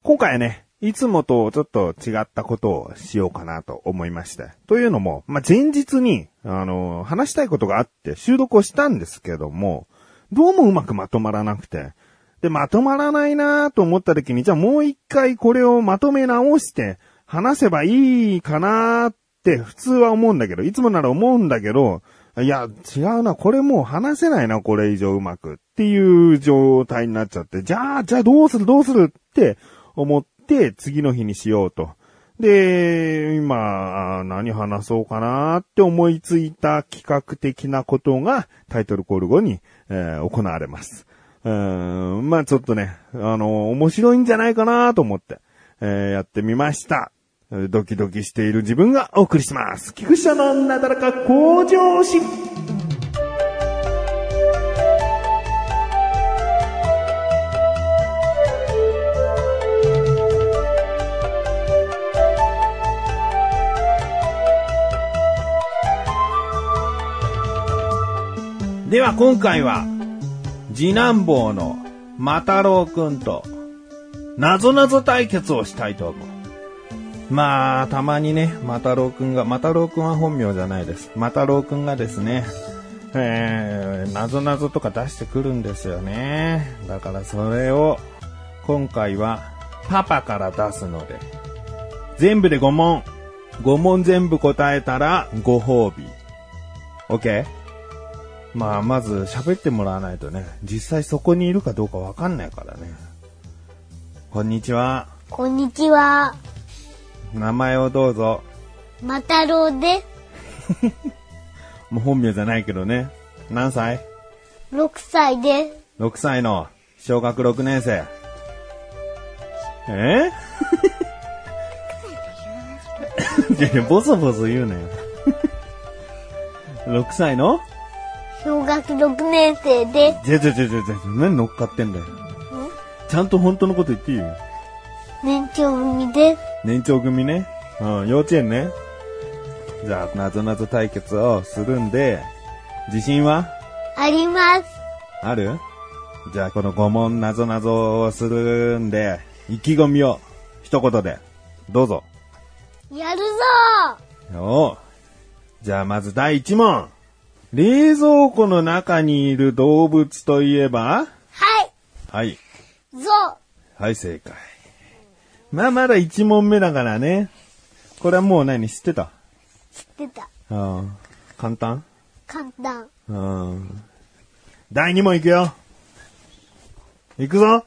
今回はね、いつもとちょっと違ったことをしようかなと思いまして。というのも、前日に、話したいことがあって収録をしたんですけども、どうもうまくまとまらなくて。で、まとまらないなと思った時に、じゃあもう一回これをまとめ直して話せばいいかなって普通は思うんだけど、いつもなら思うんだけど、いや、違うな、これもう話せないな、これ以上うまくっていう状態になっちゃって、じゃあどうするって思って次の日にしようと。で、今、何話そうかなって思いついた企画的なことがタイトルコール後に、行われます。ちょっとね、面白いんじゃないかなと思って、やってみました。ドキドキしている自分がお送りします。菊池のなだらか向上心。では今回は次男坊のマタロウくんとなぞなぞ対決をしたいと思う。たまにね、マタロウくんは本名じゃないです。マタロウくんがですね、なぞなぞとか出してくるんですよね。だからそれを今回はパパから出すので、全部で5問。5問全部答えたらご褒美。OK？まず喋ってもらわないとね、実際そこにいるかどうかわかんないからね。こんにちは。 こんにちは。 名前をどうぞ。 マタロウです。 もう本名じゃないけどね。何歳？ 6 歳です。 6歳の小学6年生。ボソボソ言うなよ。6歳の小学6年生です。 何乗っかってんだよ。ちゃんと本当のこと言っていいよ。 年長組です。 年長組ね。幼稚園ね。じゃあ、なぞなぞ対決をするんで、自信は？ あります。 ある？じゃあ、この5問なぞなぞをするんで、意気込みを一言で、どうぞ。 やるぞおう。じゃあ、まず第1問。冷蔵庫の中にいる動物といえば？はい。 ゾはい、正解。まだ1問目だからね。これはもう知ってた？ 知ってた。 簡単？ 簡単。 第2問いくよ。いくぞ。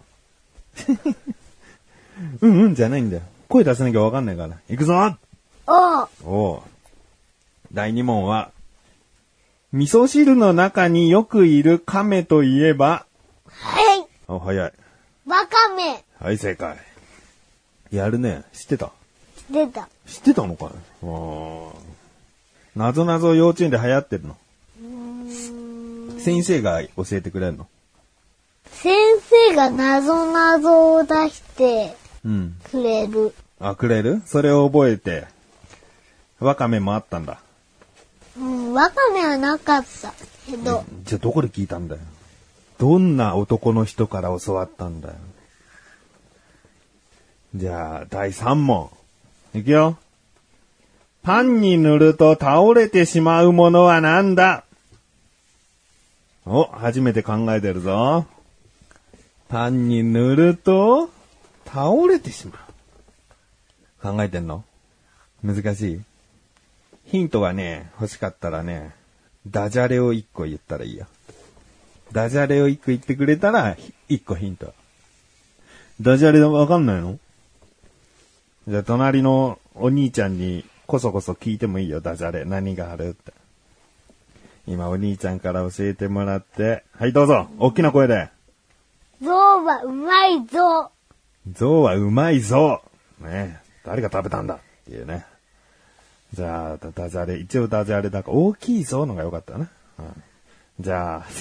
じゃないんだよ。声出さなきゃわかんないから。いくぞ。おう。第2問は、味噌汁の中によくいる亀といえば？ はい。 早い。 ワカメ。 はい、正解。やるね。知ってた？ 知ってたのかな？なぞなぞ幼稚園で流行ってるの？先生が教えてくれるの？ 先生がなぞなぞを出してくれる。 くれる？それを覚えて、ワカメもあったんだ。 ワカメはなかったけど。 じゃあどこで聞いたんだよ。どんな男の人から教わったんだよ。じゃあ、第3問。いくよ。パンに塗ると倒れてしまうものはなんだ？初めて考えてるぞ。パンに塗ると倒れてしまう。考えてんの？難しい？ヒントがね、欲しかったらね、ダジャレを1個言ったらいいよ。ダジャレを1個言ってくれたら、1個ヒント。ダジャレわかんないの？じゃあ隣のお兄ちゃんにこそこそ聞いてもいいよ、ダジャレ。何があるって。今お兄ちゃんから教えてもらって。はい、どうぞ。大きな声で。 ゾウはうまいぞ。 ゾウはうまいぞ。ねえ、誰が食べたんだっていうね。じゃあ、ダジャレ。一応ダジャレだから大きいぞのが良かったな。じゃあ、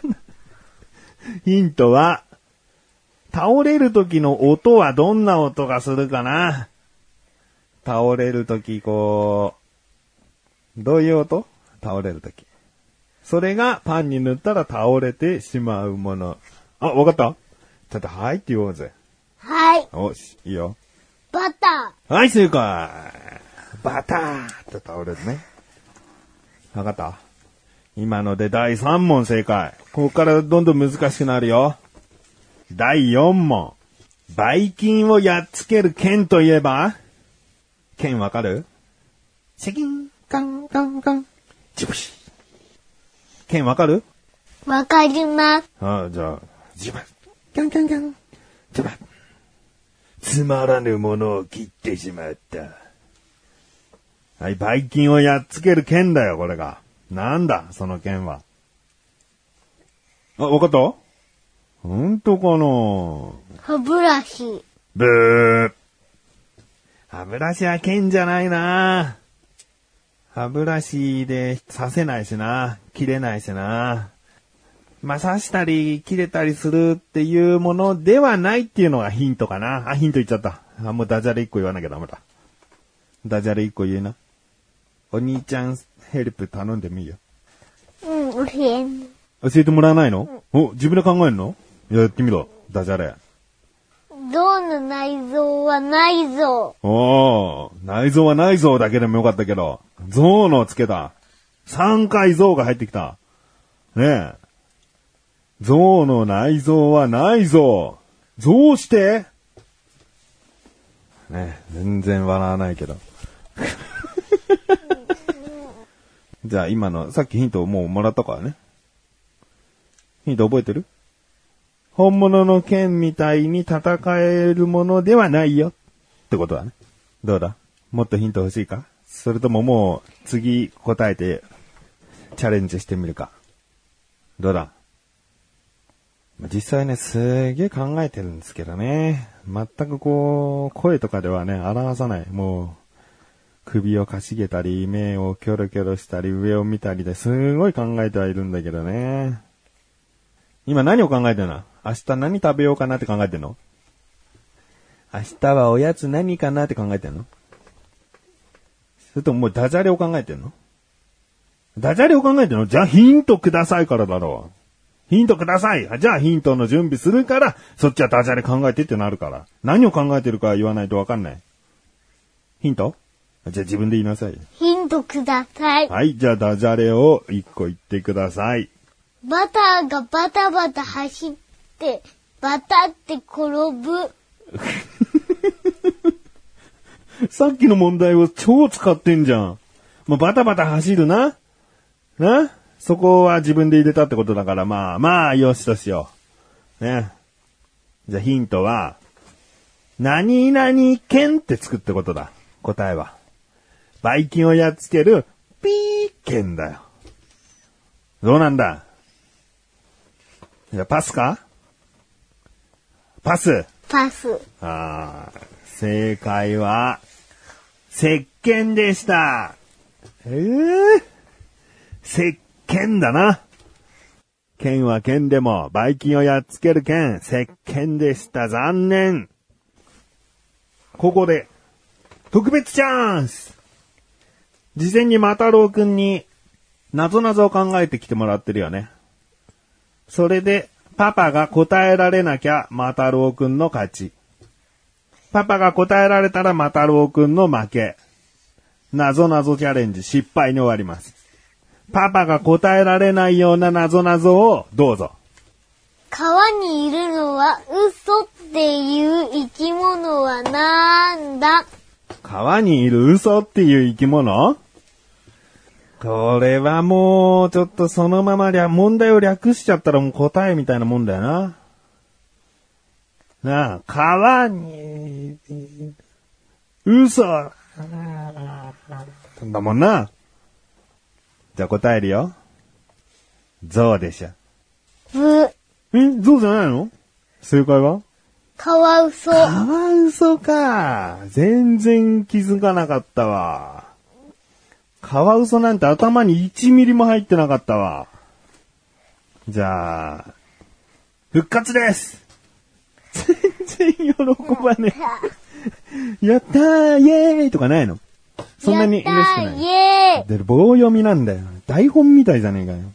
ヒントは、倒れる時の音はどんな音がするかな？倒れる時どういう音？倒れる時。それがパンに塗ったら倒れてしまうもの。わかった？ちょっとはいって言おうぜ。 はい。 おし、いいよ。 バター。はい、正解。バターって倒れるね。わかった？今ので第3問正解。ここからどんどん難しくなるよ。第4問。ばい菌をやっつける剣といえば？剣わかる？シャキン、カン、カン、カン、ジブシ。剣わかる？ わかります。 じゃあ、ジバッ、キャンキャンキャン、ジバッ。つまらぬものを切ってしまった。はい、ばい菌をやっつける剣だよ、これが。なんだ、その剣は。わかった？ほんとかな？ 歯ブラシ。 ブー。歯ブラシは剣じゃないな。歯ブラシで刺せないしな。切れないしな。まあ、刺したり切れたりするっていうものではないっていうのがヒントかな。ヒント言っちゃった。もうダジャレ1個言わなきゃダメだ。ダジャレ1個言えな。お兄ちゃんヘルプ頼んでもいいよ。 教えてもらわないの？自分で考えるの？やってみろ。ダジャレ。 象の内臓は内臓。 内臓は内臓だけでもよかったけど、象のつけた。3回象が入ってきた。ねえ。象の内臓は内臓。象してねえ、全然笑わないけど。じゃあ今の、さっきヒントもうもらったからね。ヒント覚えてる？本物の剣みたいに戦えるものではないよ。ってことだね。どうだ？もっとヒント欲しいか？それとももう次答えてチャレンジしてみるか？どうだ？実際ね、すげえ考えてるんですけどね。全くこう、声とかではね、表さない。もう、首をかしげたり、目をキョロキョロしたり、上を見たりですごい考えてはいるんだけどね。今何を考えてるの？明日何食べようかなって考えてるの？明日はおやつ何かなって考えてるの？それとももうダジャレを考えてるの？ダジャレを考えてるの？じゃあヒントくださいからだろう。ヒントください。じゃあヒントの準備するから、そっちはダジャレ考えてってなるから。何を考えてるか言わないとわかんない。ヒント？じゃあ自分で言いなさい。 ヒントください。 はい、じゃあダジャレを1個言ってください。 バターがバタバタ走って、バタって転ぶ。 さっきの問題を超使ってんじゃん。もうバタバタ走るな。な？そこは自分で入れたってことだから、まあ、よしとしよう。ね。じゃあヒントは、何々剣ってつくってことだ。答えは。ばい菌をやっつける、ピー剣だよ。どうなんだ？じゃあパスか？パス。 パス。 正解は、石鹸でした。石鹸だな。剣は剣でも、ばい菌をやっつける剣、石鹸でした。残念。ここで、特別チャンス！事前にマタロウくんに、なぞなぞを考えてきてもらってるよね。それで、パパが答えられなきゃ、マタロウくんの勝ち。パパが答えられたら、マタロウくんの負け。なぞなぞチャレンジ失敗に終わります。パパが答えられないようななぞなぞをどうぞ。 川にいるのは嘘っていう生き物はなんだ？ 川にいる嘘っていう生き物？これはもうちょっとそのまま問題を略しちゃったらもう答えみたいなもんだよな。なあ、川に嘘だもんな。じゃあ答えるよ。象でしょ。象じゃないの？正解は？ カワウソ。 カワウソか。全然気づかなかったわ。カワウソなんて頭に1ミリも入ってなかったわ。じゃあ、復活です。全然喜ばねえ。やったーイエーイとかないの？そんなに嬉しくない。 イエーイ。 で、棒読みなんだよ。台本みたいじゃねえかよ。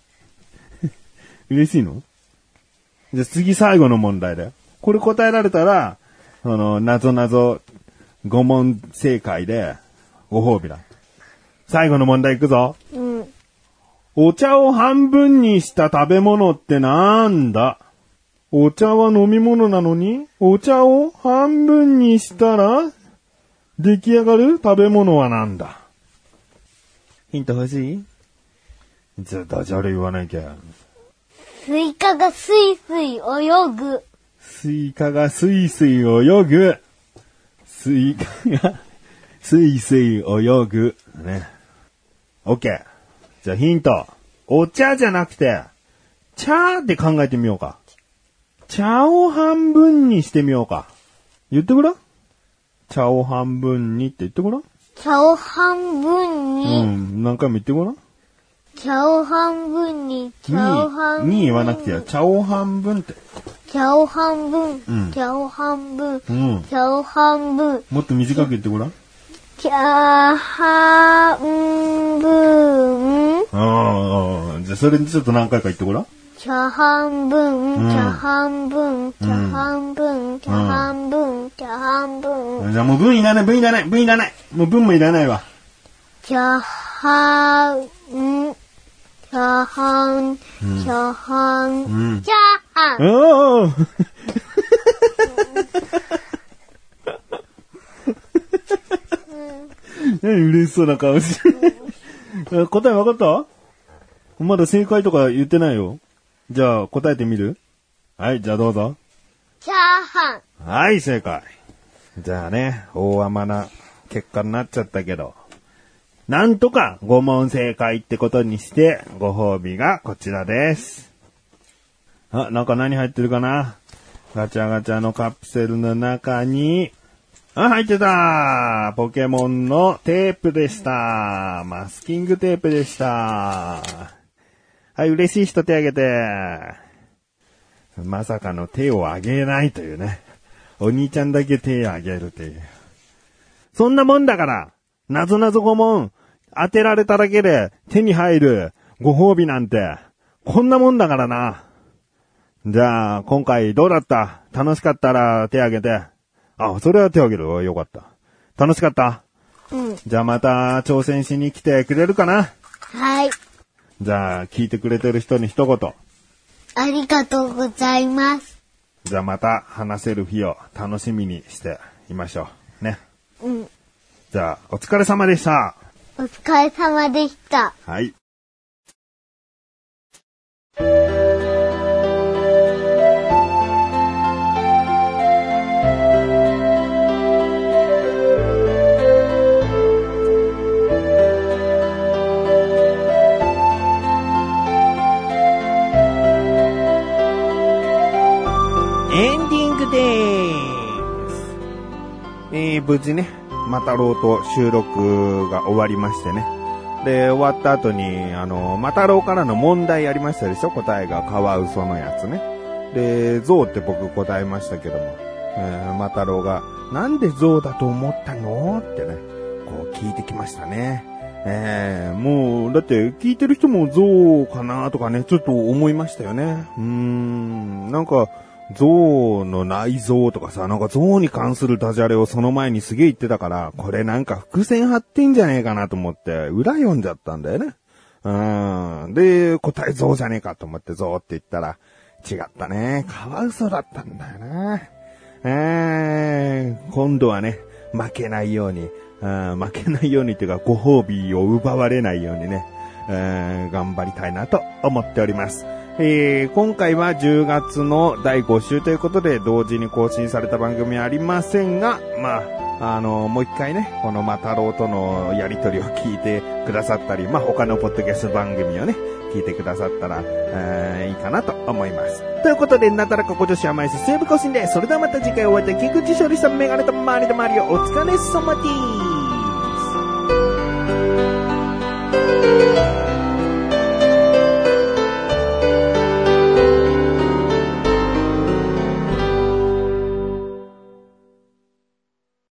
嬉しいの？じゃあ次最後の問題だよ。これ答えられたら、 謎々5問正解でご褒美だ。最後の問題いくぞ。お茶を半分にした食べ物ってなんだ？お茶は飲み物なのに、お茶を半分にしたら、出来上がる食べ物はなんだ？ヒント欲しい？じゃあダジャレ言わなきゃ。 スイカがスイスイ泳ぐ。 スイカがスイスイ泳ぐ。スイカがスイスイ泳ぐ。ね。オッケー。じゃあヒント。お茶じゃなくて、茶って考えてみようか。茶を半分にしてみようか。言ってごらん。茶を半分にって言ってごらん。 茶を半分に。 何回も言ってごらん。 茶を半分に。茶を半分に。 に言わなくてや。茶を半分って。 茶を半分。茶を半分。茶を半分。 もっと短く言ってごらん。 茶半分。 じゃあそれにちょっと何回か言ってごらん。 茶半分、茶半分、茶半分、茶半分、茶半分。 じゃあもう分いらない。もう分もいらないわ。 茶半、茶半、茶半、茶半。 嬉しそうな顔してる。答え分かった？まだ正解とか言ってないよ。じゃあ答えてみる？はい、じゃあどうぞ。 チャーハン。 はい、正解。じゃあね、大甘な結果になっちゃったけど、なんとか5問正解ってことにして、ご褒美がこちらです。あ、なんか何入ってるかな？ガチャガチャのカプセルの中に、入ってた！ポケモンのテープでした。マスキングテープでした。はい、嬉しい人手挙げて。まさかの手を挙げないというね。お兄ちゃんだけ手を挙げるという。そんなもんだから、なぞなぞ5問当てられただけで手に入るご褒美なんて、こんなもんだからな。じゃあ、今回どうだった？楽しかったら手挙げて。あ、それは手を挙げる。よかった。楽しかった？じゃあまた挑戦しに来てくれるかな？ はい。 じゃあ、聞いてくれてる人に一言。 ありがとうございます。 じゃあまた話せる日を楽しみにしていましょう。ね。じゃあ、お疲れ様でした。 お疲れ様でした。 はい。エンディングでーす。無事ね、マタロウと収録が終わりましてね。で、終わった後に、マタロウからの問題ありましたでしょ？答えがカワウソのやつね。で、ゾウって僕答えましたけども、マタロウが、なんでゾウだと思ったの？ってね、こう聞いてきましたね。もう、だって聞いてる人もゾウかなとかね、ちょっと思いましたよね。なんか、ゾウの内臓とかさ、なんかゾウに関するダジャレをその前にすげえ言ってたから、これなんか伏線張ってんじゃねえかなと思って、裏読んじゃったんだよね。で、答えゾウじゃねえかと思ってゾウって言ったら、違ったね。カワウソだったんだよな。今度はね、負けないようにっていうか、ご褒美を奪われないようにね、頑張りたいなと思っております。今回は10月の第5週ということで、同時に更新された番組はありませんが、もう一回ね、このマタロウとのやりとりを聞いてくださったり、他のポッドキャスト番組をね、聞いてくださったら、いいかなと思います。ということで、なだらか今年は毎週セーブ更新です。それではまた次回お会いでき菊池勝利さん、メガネとマリとマリオ、お疲れ様です。